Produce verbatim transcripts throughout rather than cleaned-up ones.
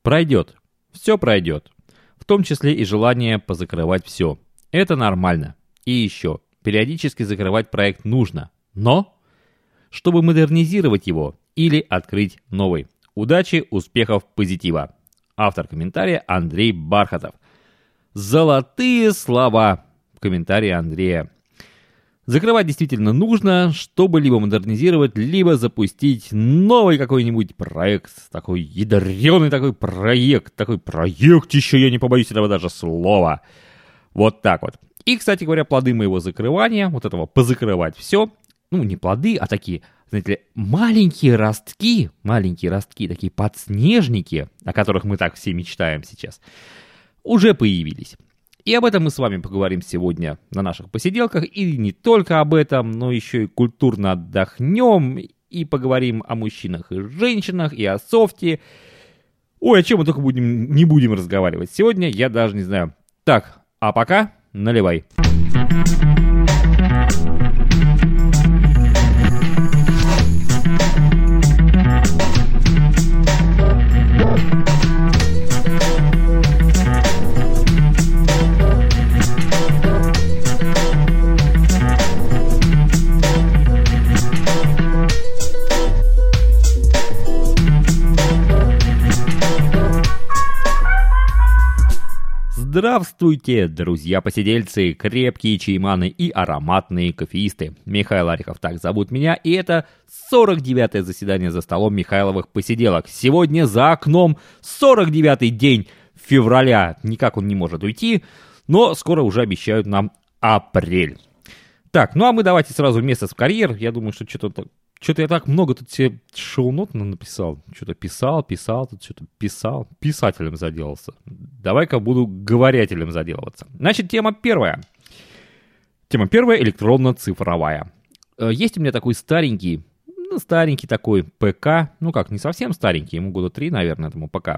Пройдет. Все пройдет. В том числе и желание позакрывать все. Это нормально. И еще. Периодически закрывать проект нужно. Но, чтобы модернизировать его или открыть новый. Удачи, успехов, позитива. Автор комментария Андрей Бархатов. Золотые слова в комментарии Андрея. Закрывать действительно нужно, чтобы либо модернизировать, либо запустить новый какой-нибудь проект. Такой ядреный такой проект. Такой проектище, я не побоюсь этого даже слова. Вот так вот. И, кстати говоря, плоды моего закрывания, вот этого позакрывать все, ну, не плоды, а такие, знаете ли, маленькие ростки, маленькие ростки, такие подснежники, о которых мы так все мечтаем сейчас, уже появились. И об этом мы с вами поговорим сегодня на наших посиделках. И не только об этом, но еще и культурно отдохнем. И поговорим о мужчинах и женщинах, и о софте. Ой, о чем мы только будем, не будем разговаривать сегодня, я даже не знаю. Так, а пока наливай. Здравствуйте, друзья-посидельцы, крепкие чайманы и ароматные кофеисты. Михаил Арихов, так зовут меня, и это сорок девятое заседание за столом Михайловых посиделок. Сегодня за окном сорок девятый день февраля. Никак он не может уйти, но скоро уже обещают нам апрель. Так, ну а мы давайте сразу месяц в карьер. Я думаю, что что-то... Что-то я так много тут себе шоу-нот написал. Что-то писал, писал, тут что-то писал. Писателем заделался. Давай-ка буду говорятелем заделываться. Значит, тема первая. Тема первая — электронно-цифровая. Есть у меня такой старенький, ну, старенький такой ПК. Ну как, не совсем старенький, ему года три, наверное, этому ПК.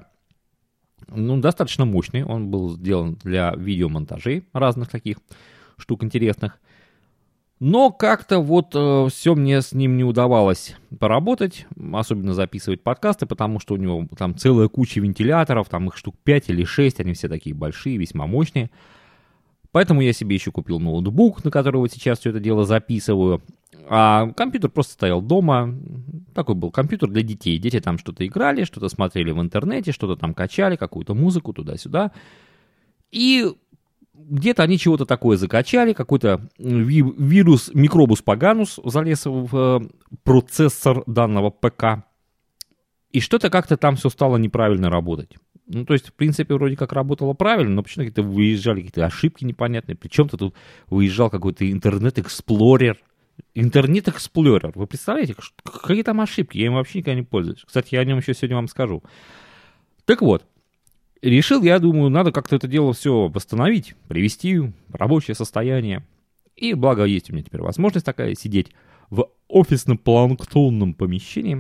Ну, достаточно мощный. Он был сделан для видеомонтажей разных таких штук интересных. Но как-то вот э, все мне с ним не удавалось поработать, особенно записывать подкасты, потому что у него там целая куча вентиляторов, там их штук пять или шесть, они все такие большие, весьма мощные. Поэтому я себе еще купил ноутбук, на который вот сейчас все это дело записываю. А компьютер просто стоял дома, такой был компьютер для детей. Дети там что-то играли, что-то смотрели в интернете, что-то там качали, какую-то музыку туда-сюда. И... Где-то они чего-то такое закачали, какой-то ви- вирус, микробус поганус залез в э, процессор данного ПК. И что-то как-то там все стало неправильно работать. Ну, то есть, в принципе, вроде как работало правильно, но почему-то какие-то выезжали какие-то ошибки непонятные. Причем-то тут выезжал какой-то интернет-эксплорер. Интернет-эксплорер. Вы представляете, какие там ошибки? Я им вообще никогда не пользуюсь. Кстати, я о нем еще сегодня вам скажу. Так вот. Решил, я думаю, надо как-то это дело все восстановить, привести в рабочее состояние. И благо есть у меня теперь возможность такая сидеть в офисно-планктонном помещении.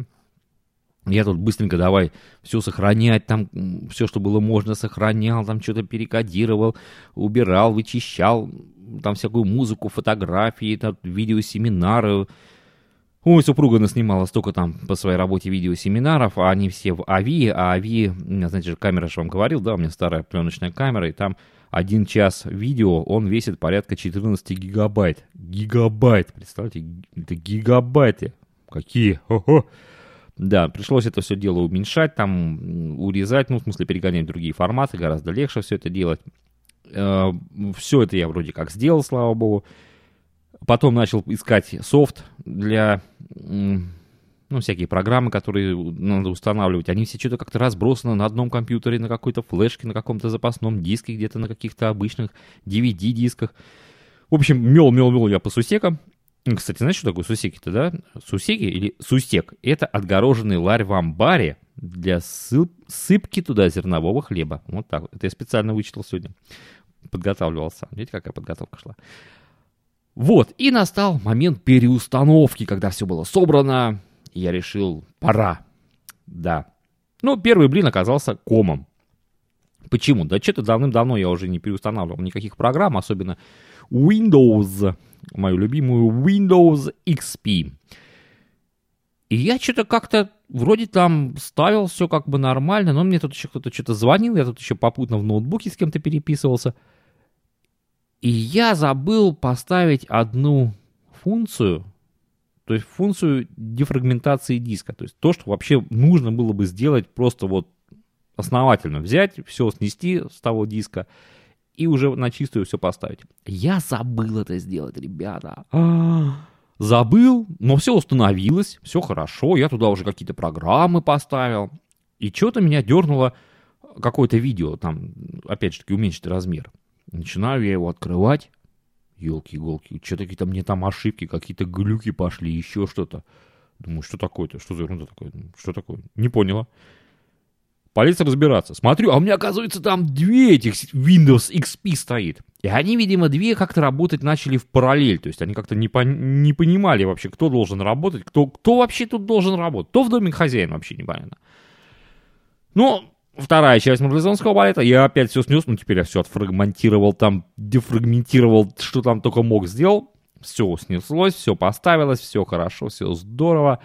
Я тут быстренько давай все сохранять, там все, что было можно, сохранял, там что-то перекодировал, убирал, вычищал, там всякую музыку, фотографии, там видеосеминары. Ой, супруга наснимала столько там по своей работе видеосеминаров, а они все в АВИ, а АВИ, знаете же, камера, же вам говорил, да, у меня старая пленочная камера, и там один час видео, он весит порядка четырнадцать гигабайт. Гигабайт, представьте, это гигабайты. Какие? Хо-хо. Да, пришлось это все дело уменьшать, там, урезать, ну, в смысле, перегонять в другие форматы, гораздо легче все это делать. Все это я вроде как сделал, слава богу. Потом начал искать софт для, ну, всякие программы, которые надо устанавливать. Они все что-то как-то разбросаны на одном компьютере, на какой-то флешке, на каком-то запасном диске, где-то на каких-то обычных ди ви ди-дисках. В общем, мел-мел-мел я по сусекам. Кстати, знаете, что такое сусеки-то, да? Сусеки или сусек — это отгороженный ларь в амбаре для сып- сыпки туда зернового хлеба. Вот так вот. Это я специально вычитал сегодня. Подготавливался. Видите, какая подготовка шла? Вот, и настал момент переустановки, когда все было собрано, и я решил, пора, да. Ну, первый блин оказался комом. Почему? Да что-то давным-давно я уже не переустанавливал никаких программ, особенно Windows, мою любимую Windows икс пи. И я что-то как-то вроде там ставил все как бы нормально, но мне тут еще кто-то что-то звонил, я тут еще попутно в ноутбуке с кем-то переписывался. И я забыл поставить одну функцию, то есть функцию дефрагментации диска. То есть то, что вообще нужно было бы сделать просто вот основательно. Взять, все снести с того диска и уже на чистую все поставить. Я забыл это сделать, ребята. Забыл, но все установилось, все хорошо. Я туда уже какие-то программы поставил. И что-то меня дернуло какое-то видео, там, опять же таки, уменьшить размер. Начинаю я его открывать. Елки-иголки, что-то какие-то мне там ошибки, какие-то глюки пошли, еще что-то. Думаю, что такое-то? Что за ерунда такое? Что такое? Не поняла. Полез разбираться. Смотрю, а у меня, оказывается, там две этих Windows икс пи стоит. И они, видимо, две как-то работать начали в параллель. То есть они как-то не, пон- не понимали вообще, кто должен работать, кто, кто вообще тут должен работать. Кто в доме хозяин, вообще непонятно. Ну, вторая часть марлезонского балета. Я опять все снес. Ну, теперь я все отфрагментировал, там, дефрагментировал, что там только мог, сделал. Все снеслось, все поставилось, все хорошо, все здорово.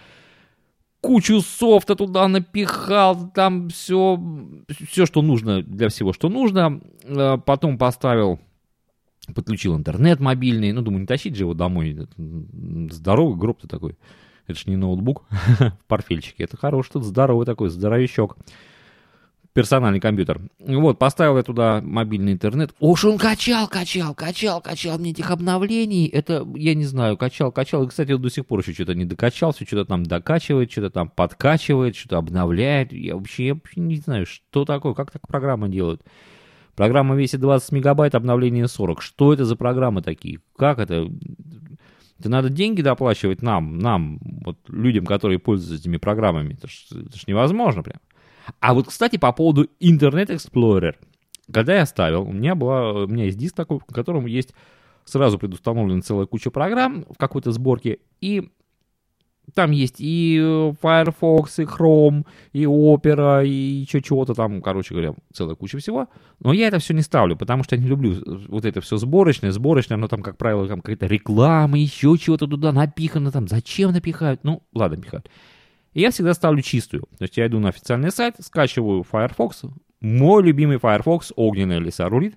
Кучу софта туда напихал, там все, все, что нужно для всего, что нужно. Потом поставил, подключил интернет мобильный. Ну, думаю, не тащить же его домой. Здоровый гроб-то такой. Это ж не ноутбук в портфельчике. Это хороший, тут здоровый такой, здоровячок. Персональный компьютер. Вот, поставил я туда мобильный интернет. Уж он качал, качал, качал, качал мне этих обновлений. Это, я не знаю, качал, качал. И, кстати, до сих пор еще что-то не докачал. Все что-то там докачивает, что-то там подкачивает, что-то обновляет. Я вообще, я вообще не знаю, что такое, как так программы делают. Программа весит двадцать мегабайт, обновление сорок. Что это за программы такие? Как это? Это надо деньги доплачивать нам, нам, вот людям, которые пользуются этими программами. Это ж, это ж невозможно прям. А вот, кстати, по поводу Internet Explorer. Когда я ставил, у меня, была, у меня есть диск такой, в котором есть сразу предустановлена целая куча программ в какой-то сборке. И там есть и Firefox, и Chrome, и Opera, и еще чего-то там, короче говоря, целая куча всего. Но я это все не ставлю, потому что я не люблю вот это все сборочное. Сборочное, оно там, как правило, там какая-то реклама, еще чего-то туда напихано. Там зачем напихают? Ну, ладно, напихают. И я всегда ставлю чистую. То есть я иду на официальный сайт, скачиваю Firefox. Мой любимый Firefox, огненный леса рулит.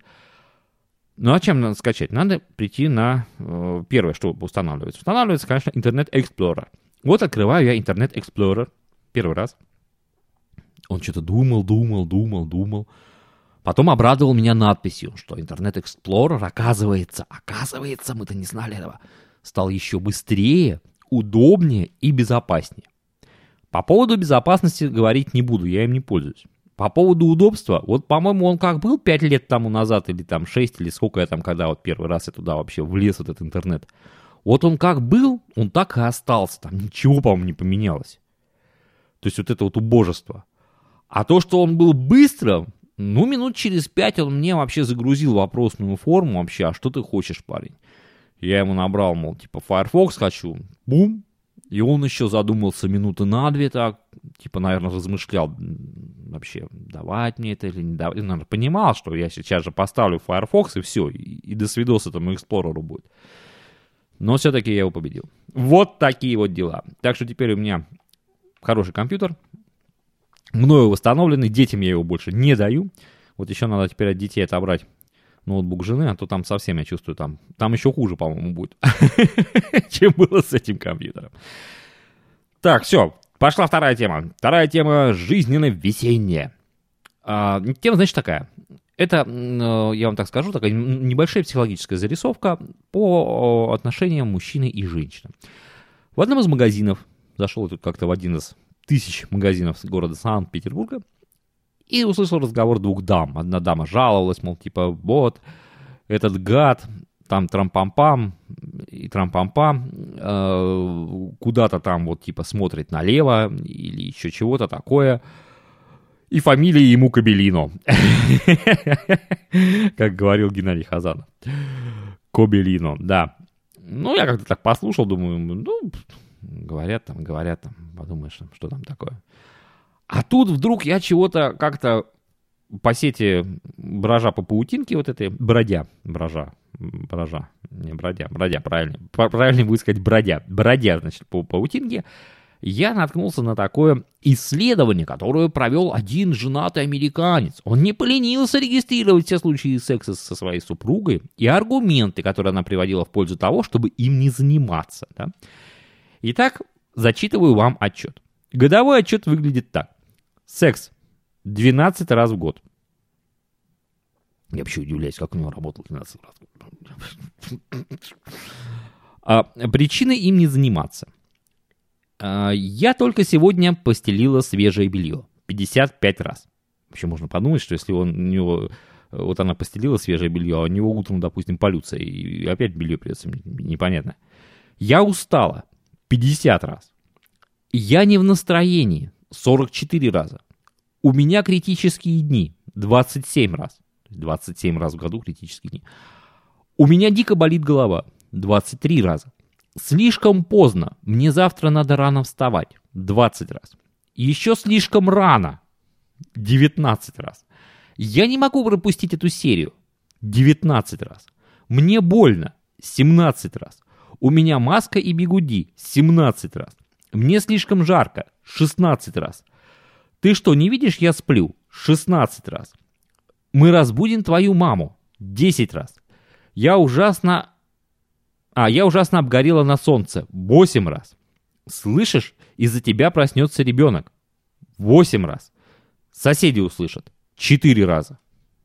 Ну а чем надо скачать? Надо прийти на... Э, первое, что устанавливается. Устанавливается, конечно, Internet Explorer. Вот открываю я Internet Explorer первый раз. Он что-то думал, думал, думал, думал. Потом обрадовал меня надписью, что Internet Explorer, оказывается, оказывается, мы-то не знали этого, стал еще быстрее, удобнее и безопаснее. По поводу безопасности говорить не буду, я им не пользуюсь. По поводу удобства, вот, по-моему, он как был пять лет тому назад, или там шесть, или сколько я там, когда вот первый раз я туда вообще влез, этот интернет. Вот он как был, он так и остался, там ничего, по-моему, не поменялось. То есть вот это вот убожество. А то, что он был быстро, ну, минут через пять он мне вообще загрузил вопросную форму вообще, а что ты хочешь, парень? Я ему набрал, мол, типа, Firefox хочу, бум. И он еще задумался минуты на две так, типа, наверное, размышлял вообще, давать мне это или не давать. Он, наверное, понимал, что я сейчас же поставлю Firefox и все, и, и до свидос этому Эксплореру будет. Но все-таки я его победил. Вот такие вот дела. Так что теперь у меня хороший компьютер, мною восстановленный, детям я его больше не даю. Вот еще надо теперь от детей отобрать ноутбук жены, а то там совсем, я чувствую, там, там еще хуже, по-моему, будет, чем было с этим компьютером. Так, все, пошла вторая тема. Вторая тема жизненно-весенняя. А, тема, значит, такая. Это, я вам так скажу, такая небольшая психологическая зарисовка по отношениям мужчины и женщины. В одном из магазинов, зашел тут как-то в один из тысяч магазинов города Санкт-Петербурга, и услышал разговор двух дам. Одна дама жаловалась, мол, типа, вот, этот гад, там трам-пам-пам, и трам-пам-пам, э, куда-то там вот, типа, смотрит налево, или еще чего-то такое. И фамилия ему Кобелино. Как говорил Геннадий Хазанов. Кобелино, да. Ну, я как-то так послушал, думаю, ну, говорят там, говорят там, подумаешь, что там такое. А тут вдруг я чего-то как-то по сети брожа по паутинке вот этой, бродя, брожа, брожа, не бродя, бродя, правильно, правильно будет сказать бродя, бродя, значит, по паутинке, я наткнулся на такое исследование, которое провел один женатый американец. Он не поленился регистрировать все случаи секса со своей супругой и аргументы, которые она приводила в пользу того, чтобы им не заниматься. Да? Итак, зачитываю вам отчет. Годовой отчет выглядит так. Секс двенадцать раз в год. Я вообще удивляюсь, как у него работал двенадцать раз в год. А, причины им не заниматься. А, я только сегодня постелила свежее белье. пятьдесят пять раз. Вообще можно подумать, что если он, у него, вот она постелила свежее белье, а у него утром, допустим, полюция, и опять белье придется, непонятно. Я устала. пятьдесят раз. Я не в настроении. сорок четыре раза. У меня критические дни. двадцать семь раз. двадцать семь раз в году критические дни. У меня дико болит голова. двадцать три раза. Слишком поздно. Мне завтра надо рано вставать. двадцать раз. Еще слишком рано. девятнадцать раз. Я не могу пропустить эту серию. девятнадцать раз. Мне больно. семнадцать раз. У меня маска и бигуди. семнадцать раз. Мне слишком жарко. шестнадцать раз. Ты что, не видишь, я сплю? шестнадцать раз. Мы разбудим твою маму. десять раз. Я ужасно... А, я ужасно обгорела на солнце. восемь раз. Слышишь, из-за тебя проснется ребенок. восемь раз. Соседи услышат. четыре раза.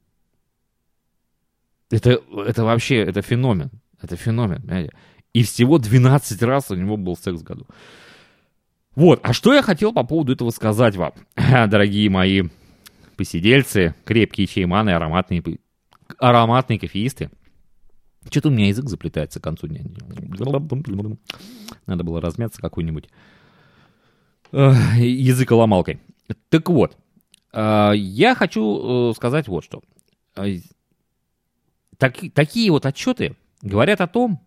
Это, это вообще, это феномен. Это феномен, понимаете? И всего двенадцать раз у него был секс в году. Вот, а что я хотел по поводу этого сказать вам, дорогие мои посидельцы, крепкие чайманы, ароматные, ароматные кофеисты. Что-то у меня язык заплетается к концу дня. Надо было размяться какой-нибудь языколомалкой. Так вот, я хочу сказать вот что. Так, такие вот отчеты говорят о том,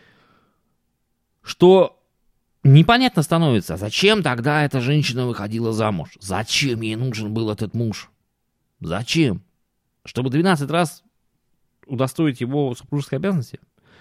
что непонятно становится, зачем тогда эта женщина выходила замуж? Зачем ей нужен был этот муж? Зачем? Чтобы двенадцать раз удостоить его супружеской обязанности?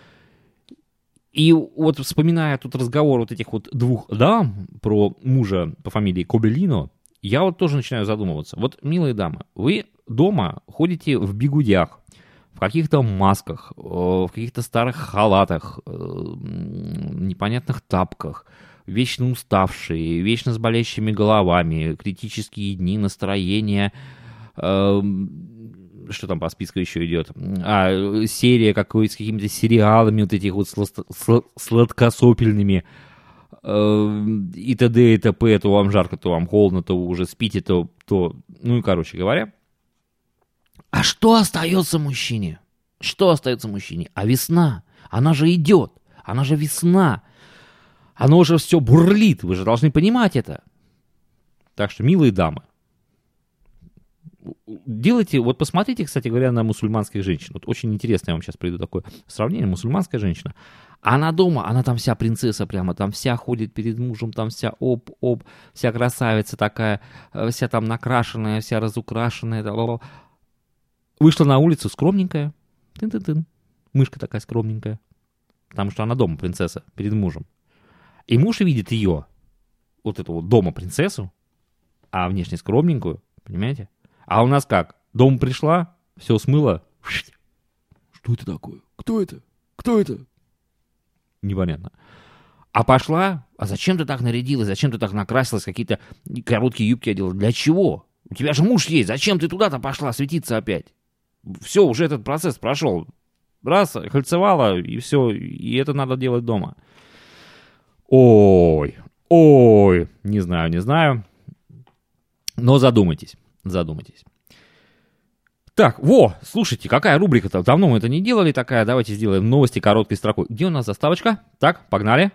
И вот вспоминая тут разговор вот этих вот двух дам про мужа по фамилии Кобелино, я вот тоже начинаю задумываться. Вот, милые дамы, вы дома ходите в бигудях, в каких-то масках, в каких-то старых халатах, непонятных тапках, вечно уставшие, вечно с болящими головами, критические дни, настроения, что там по списку еще идет, а, серия какой-то с какими-то сериалами вот этих вот сладкосопельными, и т.д. и т.п. То вам жарко, то вам холодно, то вы уже спите, то, то... Ну и короче говоря. А что остается мужчине? Что остается мужчине? А весна, она же идет, она же весна. Оно уже все бурлит, вы же должны понимать это. Так что, милые дамы, делайте, вот посмотрите, кстати говоря, на мусульманских женщин. Вот очень интересно, я вам сейчас приведу такое сравнение. Мусульманская женщина, она дома, она там вся принцесса прямо, там вся ходит перед мужем, там вся оп-оп, вся красавица такая, вся там накрашенная, вся разукрашенная. Вышла на улицу скромненькая, тын-тын-тын, мышка такая скромненькая, потому что она дома принцесса перед мужем. И муж видит ее, вот эту вот дома принцессу, а внешне скромненькую, понимаете? А у нас как? Дома пришла, все смыла. Что это такое? Кто это? Кто это? Непонятно. А пошла, а зачем ты так нарядилась, зачем ты так накрасилась, какие-то короткие юбки одела? Для чего? У тебя же муж есть, зачем ты туда-то пошла светиться опять? Все, уже этот процесс прошел. Раз, кольцевала, и все, и это надо делать дома. Ой, ой, не знаю, не знаю. Но задумайтесь, задумайтесь. Так, во, слушайте, какая рубрика-то? Давно мы это не делали такая. Давайте сделаем новости короткой строкой. Где у нас заставочка? Так, погнали.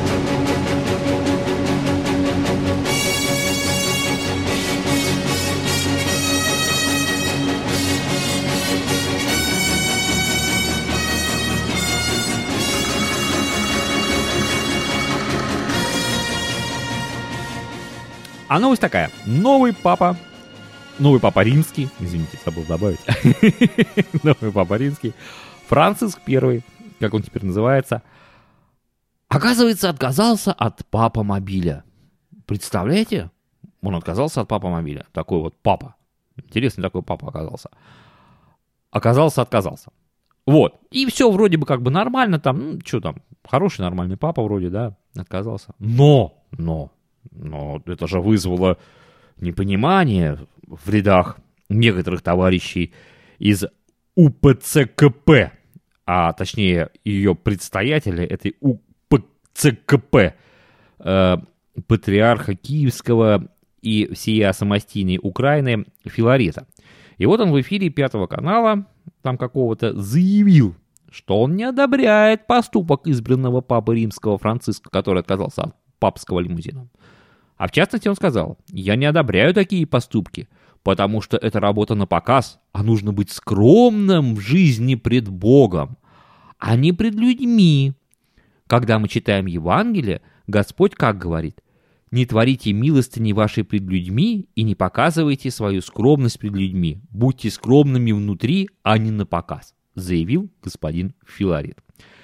А новость такая. Новый папа, новый папа римский, извините, забыл добавить, новый папа римский, Франциск Первый, как он теперь называется, оказывается, отказался от папа-мобиля. Представляете? Он отказался от папа-мобиля. Такой вот папа. Интересный такой папа оказался. Оказался, отказался. Вот. И все вроде бы как бы нормально. Там, ну, что там, хороший нормальный папа вроде, да, отказался. Но, но, но это же вызвало непонимание в рядах некоторых товарищей из УПЦКП, а точнее ее предстоятеля этой УПЦКП, э, патриарха Киевского и всея самостийной Украины Филарета. И вот он в эфире Пятого канала, там какого-то, заявил, что он не одобряет поступок избранного папы римского Франциска, который отказался от папского лимузина. А в частности он сказал: «Я не одобряю такие поступки, потому что это работа на показ, а нужно быть скромным в жизни пред Богом, а не пред людьми. Когда мы читаем Евангелие, Господь как говорит: не творите милостыни вашей пред людьми и не показывайте свою скромность пред людьми. Будьте скромными внутри, а не на показ», заявил господин Филарет.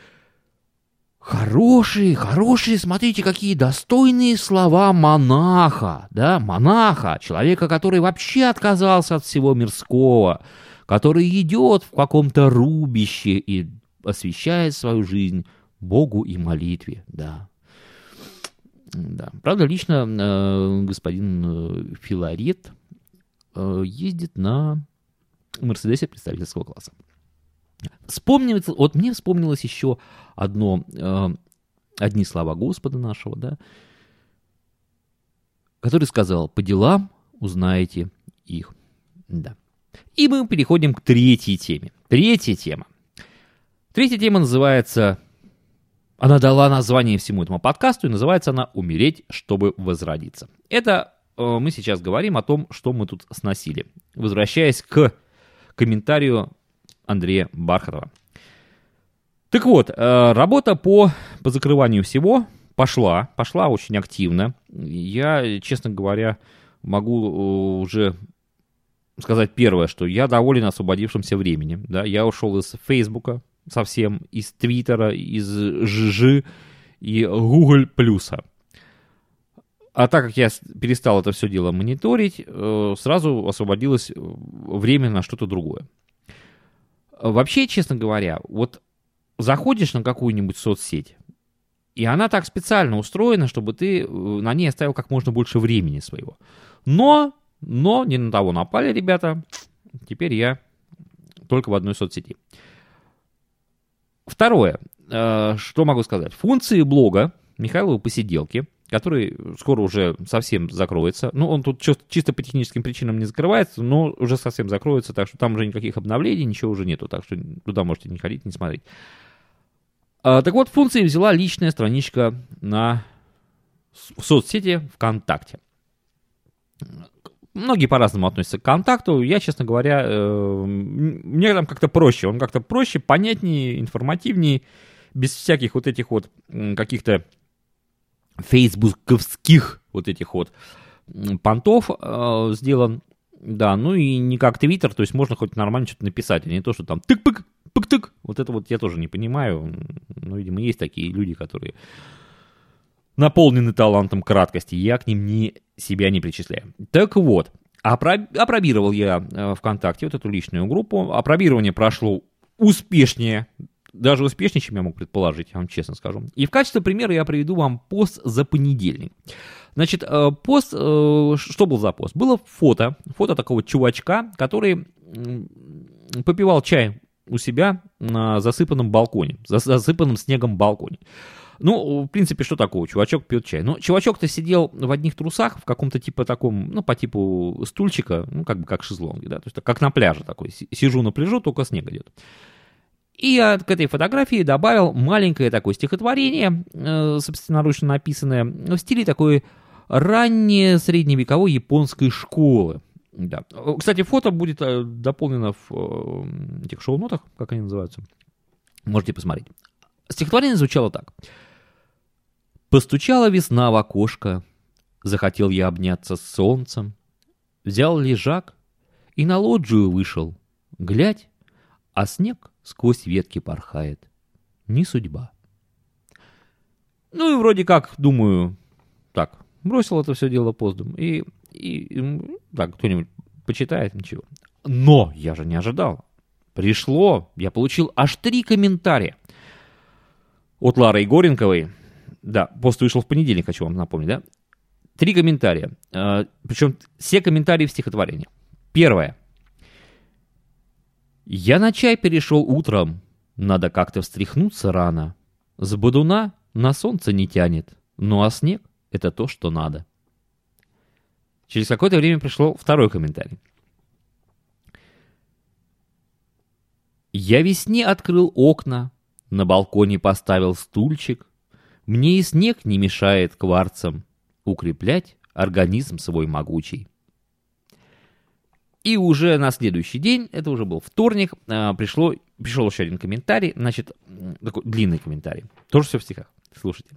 Хорошие, хорошие, смотрите, какие достойные слова монаха, да, монаха, человека, который вообще отказался от всего мирского, который идет в каком-то рубище и освящает свою жизнь Богу и молитве, да. Да. Правда, лично э, господин э, Филарет э, ездит на Мерседесе представительского класса. Вспомнится, вот мне вспомнилось еще одно, э, одни слова Господа нашего, да, который сказал: «По делам узнаете их». Да. И мы переходим к третьей теме. Третья тема. Третья тема называется... Она дала название всему этому подкасту, и называется она «Умереть, чтобы возродиться». Это э, мы сейчас говорим о том, что мы тут сносили. Возвращаясь к комментарию Андрея Бархатова. Так вот, э, работа по, по закрыванию всего пошла, пошла очень активно. Я, честно говоря, могу э, уже сказать первое, что я доволен освободившимся временем. Да? Я ушел из Фейсбука совсем, из Твиттера, из ЖЖ и Google Плюса. А так как я перестал это все дело мониторить, э, сразу освободилось время на что-то другое. Вообще, честно говоря, вот заходишь на какую-нибудь соцсеть, и она так специально устроена, чтобы ты на ней оставил как можно больше времени своего. Но, но не на того напали ребята. Теперь я только в одной соцсети. Второе, что могу сказать. Функции блога Михайловой посиделки, который скоро уже совсем закроется. Ну, он тут чисто по техническим причинам не закрывается, но уже совсем закроется, так что там уже никаких обновлений, ничего уже нету, так что туда можете не ходить, не смотреть. А, так вот, функции взяла личная страничка на в соцсети ВКонтакте. Многие по-разному относятся к ВКонтакту. Я, честно говоря, э, мне там как-то проще. Он как-то проще, понятнее, информативнее, без всяких вот этих вот каких-то фейсбуковских вот этих вот понтов э, сделан. Да, ну и не как Твиттер, то есть можно хоть нормально что-то написать, а не то, что там тык-пык, пык-тык. Вот это вот я тоже не понимаю. Но, видимо, есть такие люди, которые наполнены талантом краткости. Я к ним не, себя не причисляю. Так вот, опроб, опробировал я э, ВКонтакте вот эту личную группу. Опробирование прошло успешнее, даже успешнее, чем я мог предположить, я вам честно скажу. И в качестве примера я приведу вам пост за понедельник. Значит, э, пост, э, что был за пост? Было фото, фото такого чувачка, который э, попивал чай у себя на засыпанном балконе, за, засыпанном снегом балконе. Ну, в принципе, что такого? Чувачок пьет чай. Ну, чувачок-то сидел в одних трусах, в каком-то типа таком, ну, по типу стульчика, ну, как бы как шезлонги, да, то есть как на пляже такой. Сижу на пляжу, только снег идет. И я к этой фотографии добавил маленькое такое стихотворение, э, собственноручно написанное, в стиле такой ранней средневековой японской школы. Да. Кстати, фото будет дополнено в э, этих шоу-нотах, как они называются. Можете посмотреть. Стихотворение звучало так. «Постучала весна в окошко, захотел я обняться с солнцем, взял лежак и на лоджию вышел, глядь, а снег сквозь ветки порхает. Не судьба». Ну и вроде как, думаю, так, бросил это все дело поздно. И, и, и так, кто-нибудь почитает, ничего. Но я же не ожидал. Пришло, я получил аж три комментария от Лары Егоренковой. Да, пост вышел в понедельник, хочу вам напомнить, да? Три комментария. Э, причем все комментарии в стихотворении. Первое. Я на чай перешел утром. Надо как-то встряхнуться рано. С бодуна на солнце не тянет. Ну а снег — это то, что надо. Через какое-то время пришло второй комментарий. Я весне открыл окна, на балконе поставил стульчик. Мне и снег не мешает кварцам укреплять организм свой могучий. И уже на следующий день, это уже был вторник, пришло, пришел еще один комментарий, значит, такой длинный комментарий. Тоже все в стихах. Слушайте.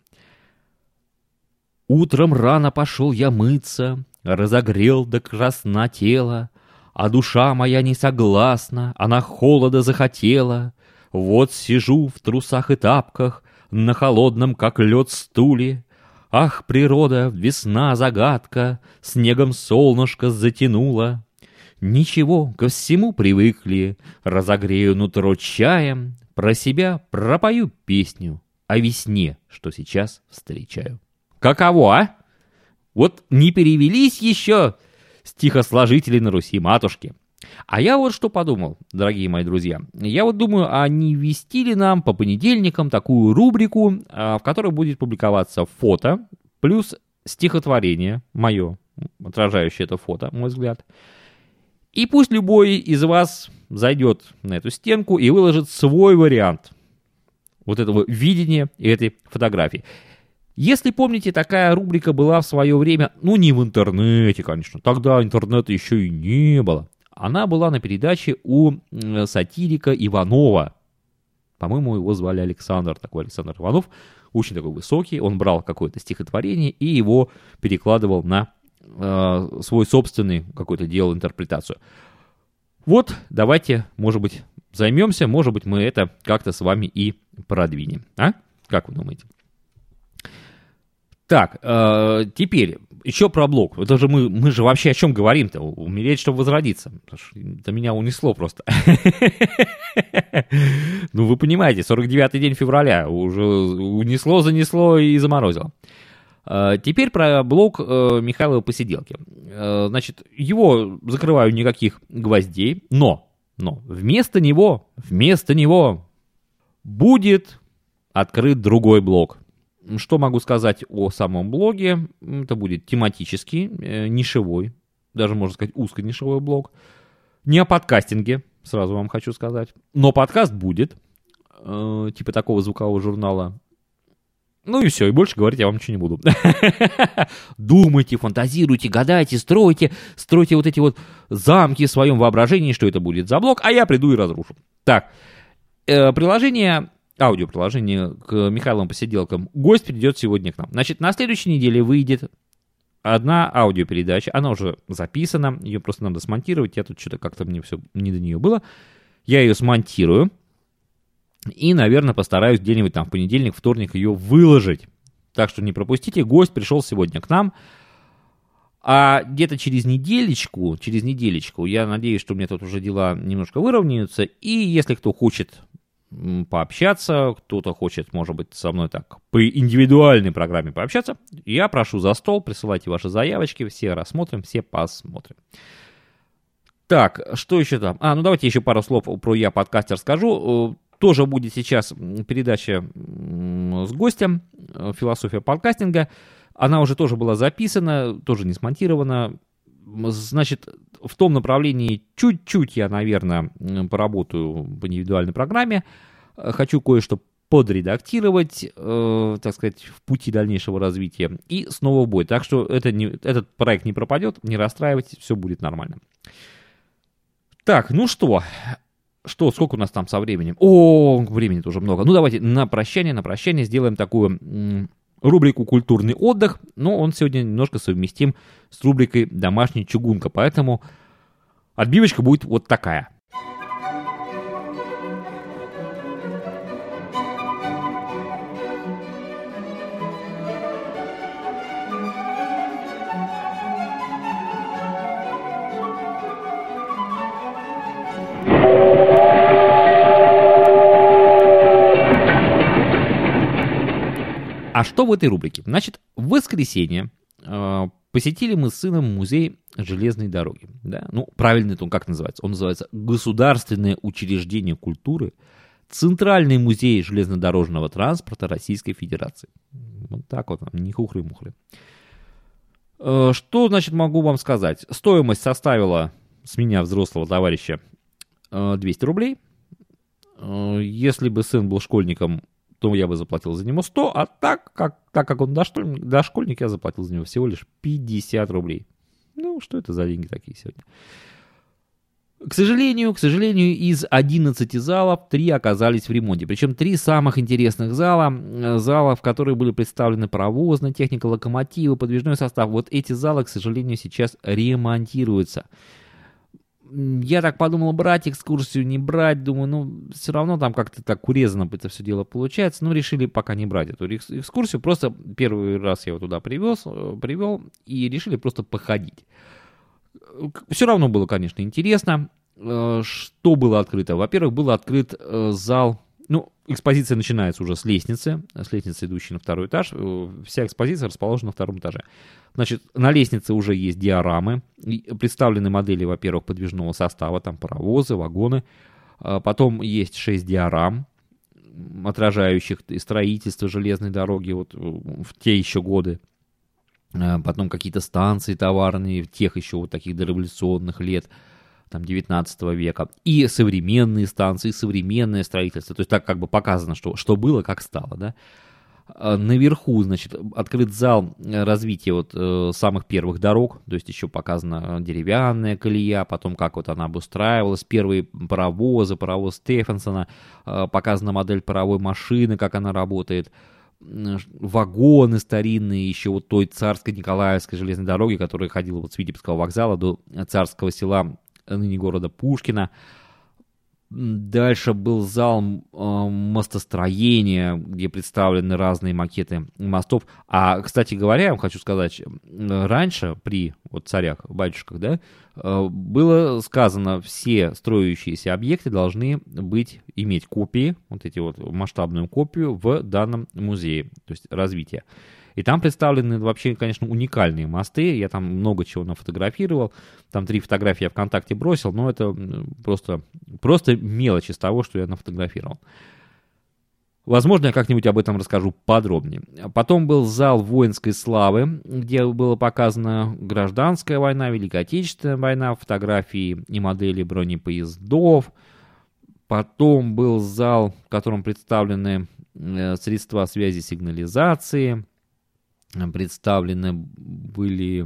Утром рано пошел я мыться, разогрел до красна тело, а душа моя не согласна, она холода захотела. Вот сижу в трусах и тапках, на холодном, как лед, стуле. Ах, природа, весна загадка, снегом солнышко затянуло. Ничего, ко всему привыкли, разогрею нутро чаем, про себя пропою песню о весне, что сейчас встречаю. Каково, а? Вот не перевелись еще стихосложители на Руси, матушки. А я вот что подумал, дорогие мои друзья. Я вот думаю, а не ввести ли нам по понедельникам такую рубрику, в которой будет публиковаться фото, плюс стихотворение мое, отражающее это фото, мой взгляд. И пусть любой из вас зайдет на эту стенку и выложит свой вариант вот этого видения и этой фотографии. Если помните, такая рубрика была в свое время, ну не в интернете, конечно, тогда интернета еще и не было. Она была на передаче у сатирика Иванова. По-моему, его звали Александр, такой Александр Иванов, очень такой высокий. Он брал какое-то стихотворение и его перекладывал на э, свой собственный какой-то, делал интерпретацию. Вот, давайте, может быть, займемся, может быть, мы это как-то с вами и продвинем. А? Как вы думаете? Так, э, теперь еще про блог. Это же мы, мы же вообще о чем говорим-то? Умереть, чтобы возродиться. Это меня унесло просто. Ну, вы понимаете, сорок девятый день февраля. Уже унесло, занесло и заморозило. Теперь про блог Михайлова Посиделки. Значит, его закрываю, никаких гвоздей, но, но вместо него, вместо него будет открыт другой блог. Что могу сказать о самом блоге? Это будет тематический, э, нишевой, даже можно сказать узконишевой блог. Не о подкастинге, сразу вам хочу сказать. Но подкаст будет, э, типа такого звукового журнала. Ну и все, и больше говорить я вам ничего не буду. Думайте, фантазируйте, гадайте, стройте, стройте вот эти вот замки в своем воображении, что это будет за блог, а я приду и разрушу. Так, э, приложение... аудиоприложение к Михайловым посиделкам. Гость придет сегодня к нам. Значит, на следующей неделе выйдет одна аудиопередача. Она уже записана. Ее просто надо смонтировать. Я тут что-то как-то мне все не до нее было. Я ее смонтирую. И, наверное, постараюсь где-нибудь там в понедельник, вторник ее выложить. Так что не пропустите. Гость пришел сегодня к нам. А где-то через неделечку, через неделечку, я надеюсь, что у меня тут уже дела немножко выровняются. И если кто хочет пообщаться, кто-то хочет, может быть, со мной так по индивидуальной программе пообщаться, я прошу за стол, присылайте ваши заявочки, все рассмотрим, все посмотрим. Так, что еще там? А, ну давайте еще пару слов про «Я подкастер» скажу. Тоже будет сейчас передача с гостем, «Философия подкастинга». Она уже тоже была записана, тоже не смонтирована. Значит, в том направлении чуть-чуть я, наверное, поработаю в индивидуальной программе. Хочу кое-что подредактировать, э, так сказать, в пути дальнейшего развития. И снова в бой. Так что это не, этот проект не пропадет, не расстраивайтесь, все будет нормально. Так, ну что? Что, сколько у нас там со временем? О, времени тоже много. Ну, давайте на прощание, на прощание сделаем такую... М- рубрику «Культурный отдых», но он сегодня немножко совместим с рубрикой «Домашняя чугунка», поэтому отбивочка будет вот такая. А что в этой рубрике? Значит, в воскресенье э, посетили мы с сыном музей железной дороги. Да? Ну, правильно это он как называется? Он называется Государственное учреждение культуры, Центральный музей железнодорожного транспорта Российской Федерации. Вот так вот, не хухры-мухры. Э, что, значит, могу вам сказать? Стоимость составила с меня, взрослого товарища, э, двести рублей. Э, если бы сын был школьником, то я бы заплатил за него сто, а так как, так как он дошкольник, дошкольник, я заплатил за него всего лишь пятьдесят рублей. Ну, что это за деньги такие сегодня? К сожалению, к сожалению, из одиннадцати залов три оказались в ремонте. Причем три самых интересных зала, зала, в которые были представлены паровозная техника, локомотивы, подвижной состав. Вот эти залы, к сожалению, сейчас ремонтируются. Я так подумал, брать экскурсию, не брать. Думаю, ну, все равно там как-то так урезано это все дело получается. Но решили пока не брать эту экскурсию. Просто первый раз я его туда привез, привел и решили просто походить. Все равно было, конечно, интересно. Что было открыто? Во-первых, был открыт зал. Ну, экспозиция начинается уже с лестницы, с лестницы, идущей на второй этаж. Вся экспозиция расположена на втором этаже. Значит, на лестнице уже есть диорамы. Представлены модели, во-первых, подвижного состава, там паровозы, вагоны. Потом есть шесть диорам, отражающих строительство железной дороги вот в те еще годы. Потом какие-то станции товарные, тех еще вот таких дореволюционных лет, там, девятнадцатого века. И современные станции, современное строительство. То есть так как бы показано, что, что было, как стало, да. Наверху, значит, открыт зал развития вот э, самых первых дорог. То есть еще показана деревянная колея, потом как вот она обустраивалась, первые паровозы, паровоз Стефенсона, э, показана модель паровой машины, как она работает. Вагоны старинные еще вот той царской Николаевской железной дороги, которая ходила вот с Витебского вокзала до царского села, ныне города Пушкина. Дальше был зал э, мостостроения, где представлены разные макеты мостов. А, кстати говоря, я вам хочу сказать, раньше при вот царях, батюшках, да, э, было сказано, все строящиеся объекты должны быть, иметь копии, вот эти вот масштабную копию в данном музее, то есть развитие. И там представлены вообще, конечно, уникальные мосты. Я там много чего нафотографировал. Там три фотографии я ВКонтакте бросил, но это просто, просто мелочь из того, что я нафотографировал. Возможно, я как-нибудь об этом расскажу подробнее. Потом был зал воинской славы, где была показана гражданская война, Великая Отечественная война, фотографии и модели бронепоездов. Потом был зал, в котором представлены средства связи, сигнализации. Представлены были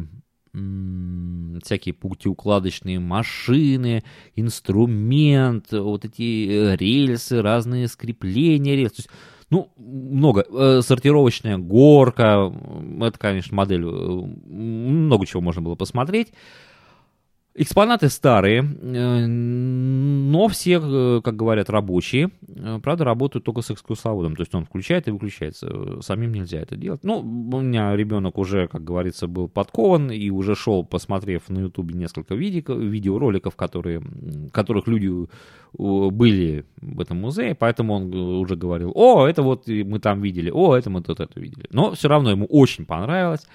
м- всякие путеукладочные машины, инструмент, вот эти рельсы, разные скрепления рельс. То есть, ну, много. Э, сортировочная горка, это, конечно, модель, много чего можно было посмотреть. Экспонаты старые, но все, как говорят, рабочие. Правда, работают только с экскурсоводом. То есть он включает и выключается. Самим нельзя это делать. Ну, у меня ребенок уже, как говорится, был подкован и уже шел, посмотрев на ютубе несколько видео, видеороликов, которые, которых люди были в этом музее. Поэтому он уже говорил: о, это вот мы там видели, о, это мы тут это видели. Но все равно ему очень понравилось.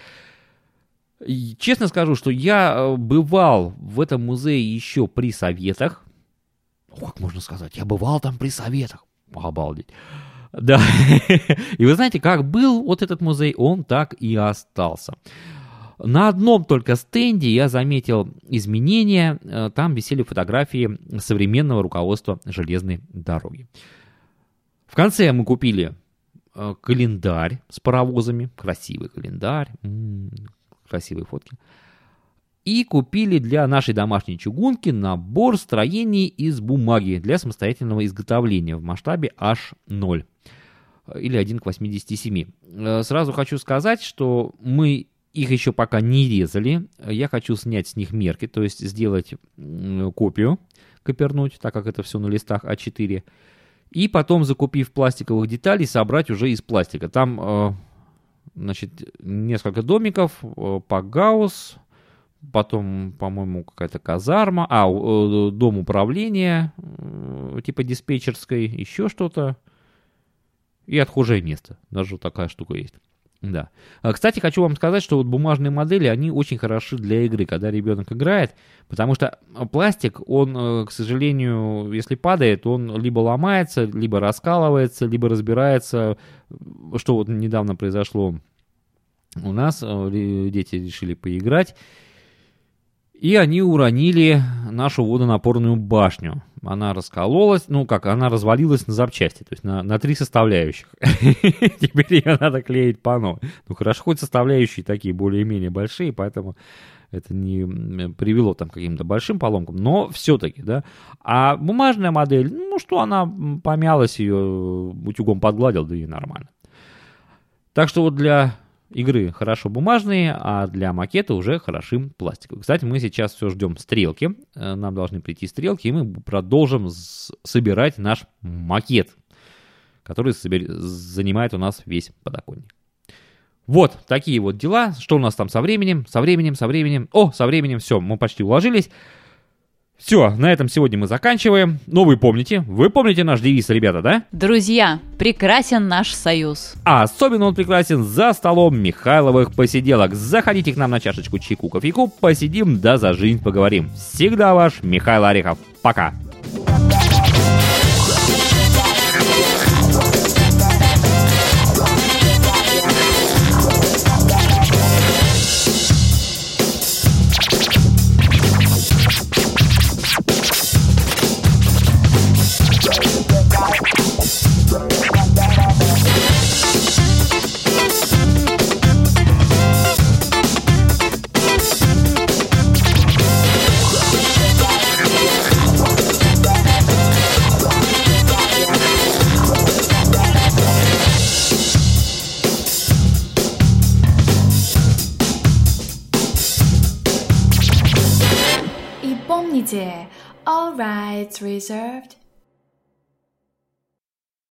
И честно скажу, что я бывал в этом музее еще при советах. О, как можно сказать, я бывал там при советах. Обалдеть. Да. И вы знаете, как был вот этот музей, он так и остался. На одном только стенде я заметил изменения. Там висели фотографии современного руководства железной дороги. В конце мы купили календарь с паровозами. Красивый календарь. М-м-м. Красивые фотки. И купили для нашей домашней чугунки набор строений из бумаги для самостоятельного изготовления в масштабе эйч ноль или один к восьмидесяти семи. Сразу хочу сказать, что мы их еще пока не резали. Я хочу снять с них мерки, то есть сделать копию, копернуть, так как это все на листах а четыре. И потом, закупив пластиковых деталей, собрать уже из пластика. Там... Значит, несколько домиков, Пагаус, потом, по-моему, какая-то казарма, а, дом управления, типа диспетчерской, еще что-то, и отхожее место, даже вот такая штука есть. Да. Кстати, хочу вам сказать, что вот бумажные модели, они очень хороши для игры, когда ребенок играет, потому что пластик, он, к сожалению, если падает, он либо ломается, либо раскалывается, либо разбирается, что вот недавно произошло у нас, дети решили поиграть, и они уронили нашу водонапорную башню. Она раскололась, ну как, она развалилась на запчасти, то есть на, на три составляющих. Теперь ее надо клеить по новой. Ну хорошо, хоть составляющие такие более-менее большие, поэтому это не привело там к каким-то большим поломкам, но все-таки, да. А бумажная модель, ну что, она помялась, ее утюгом подгладил, да и нормально. Так что вот для игры хорошо бумажные, а для макета уже хороши пластиковые. Кстати, мы сейчас все ждем стрелки. Нам должны прийти стрелки, и мы продолжим с- собирать наш макет, который собер... занимает у нас весь подоконник. Вот такие вот дела. Что у нас там со временем? Со временем, со временем. О, со временем все, мы почти уложились. Все, на этом сегодня мы заканчиваем. Но вы помните, вы помните наш девиз, ребята, да? Друзья, прекрасен наш союз. А особенно он прекрасен за столом Михайловых посиделок. Заходите к нам на чашечку чайку, кофейку, посидим, да за жизнь поговорим. Всегда ваш Михаил Орехов. Пока. И помните, all rights reserved.